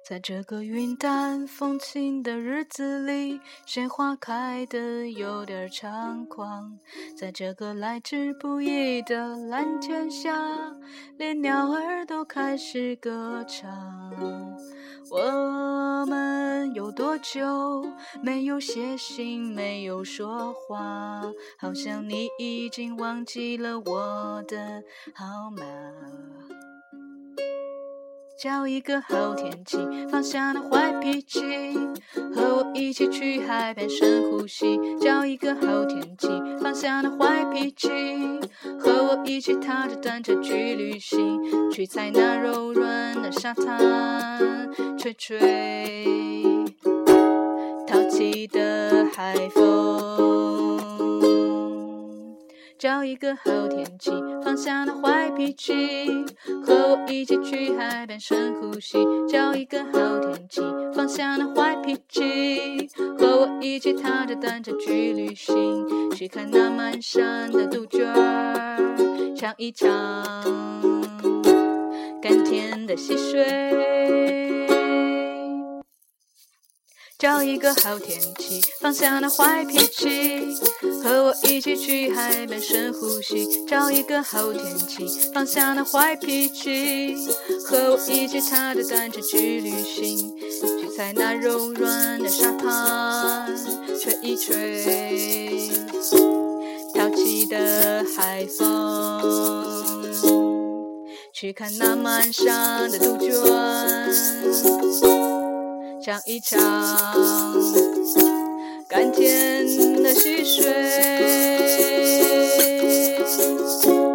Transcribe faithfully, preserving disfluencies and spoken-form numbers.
在这个云淡风轻的日子里，鲜花开得有点猖狂。在这个来之不易的蓝天下，连鸟儿都开始歌唱。我们有多久没有写信，没有说话？好像你已经忘记了我的号码。找一个好天气，放下那坏脾气，和我一起去海边深呼吸。找一个好天气，放下那坏脾气，和我一起踏着单车去旅行，去踩那柔软的沙滩，吹吹淘气的海风。找一个好天气，放下那坏脾气，和我一起去海边深呼吸。找一个好天气，放下那坏脾气，和我一起踏着单车去旅行，去看那满山的杜鹃儿，唱一唱甘甜的溪水。找一个好天气，放下那坏脾气，和我一起去海边深呼吸。找一个好天气，放下那坏脾气，和我一起踏着单车去旅行，去踩那柔软的沙滩，吹一吹淘气的海风，去看那满山的杜鹃，唱一唱甘甜的溪水。